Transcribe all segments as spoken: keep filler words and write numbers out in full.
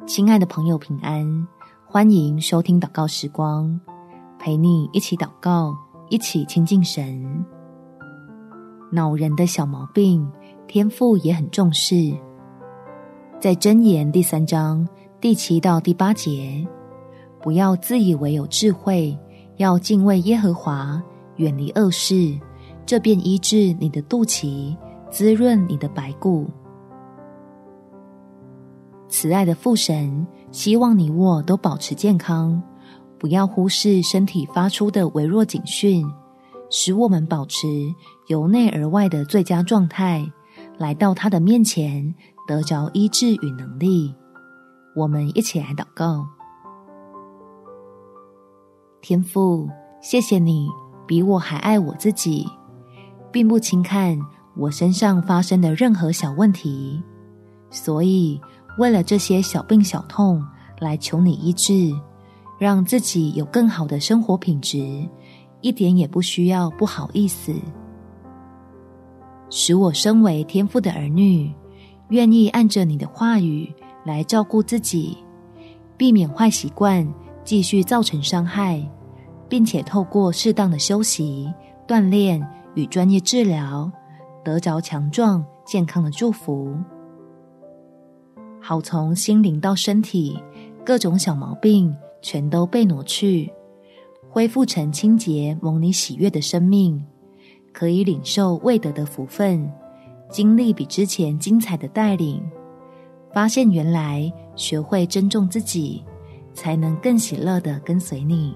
亲爱的朋友平安，欢迎收听祷告时光，陪你一起祷告，一起亲近神。恼人的小毛病，天父也很重视。在箴言第三章第七到第八节，不要自以为有智慧，要敬畏耶和华，远离恶事，这便医治你的肚脐，滋润你的白骨。慈爱的父神希望你我都保持健康，不要忽视身体发出的微弱警讯，使我们保持由内而外的最佳状态，来到他的面前，得着医治与能力。我们一起来祷告。天父，谢谢你比我还爱我自己，并不轻看我身上发生的任何小问题，所以为了这些小病小痛来求你医治，让自己有更好的生活品质，一点也不需要不好意思。使我身为天父的儿女，愿意按着你的话语来照顾自己，避免坏习惯继续造成伤害，并且透过适当的休息、锻炼与专业治疗，得着强壮健康的祝福，好从心灵到身体各种小毛病全都被挪去，恢复成清洁蒙你喜悦的生命，可以领受未得的福分，经历比之前精彩的带领，发现原来学会珍重自己，才能更喜乐地跟随你。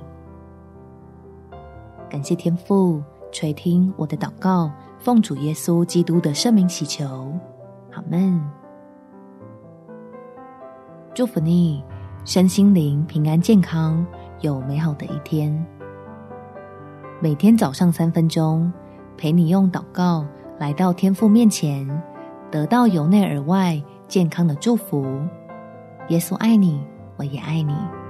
感谢天父垂听我的祷告，奉主耶稣基督的圣名祈求，阿们。祝福你身心灵平安健康，有美好的一天。每天早上三分钟，陪你用祷告来到天父面前，得到由内而外健康的祝福。耶稣爱你，我也爱你。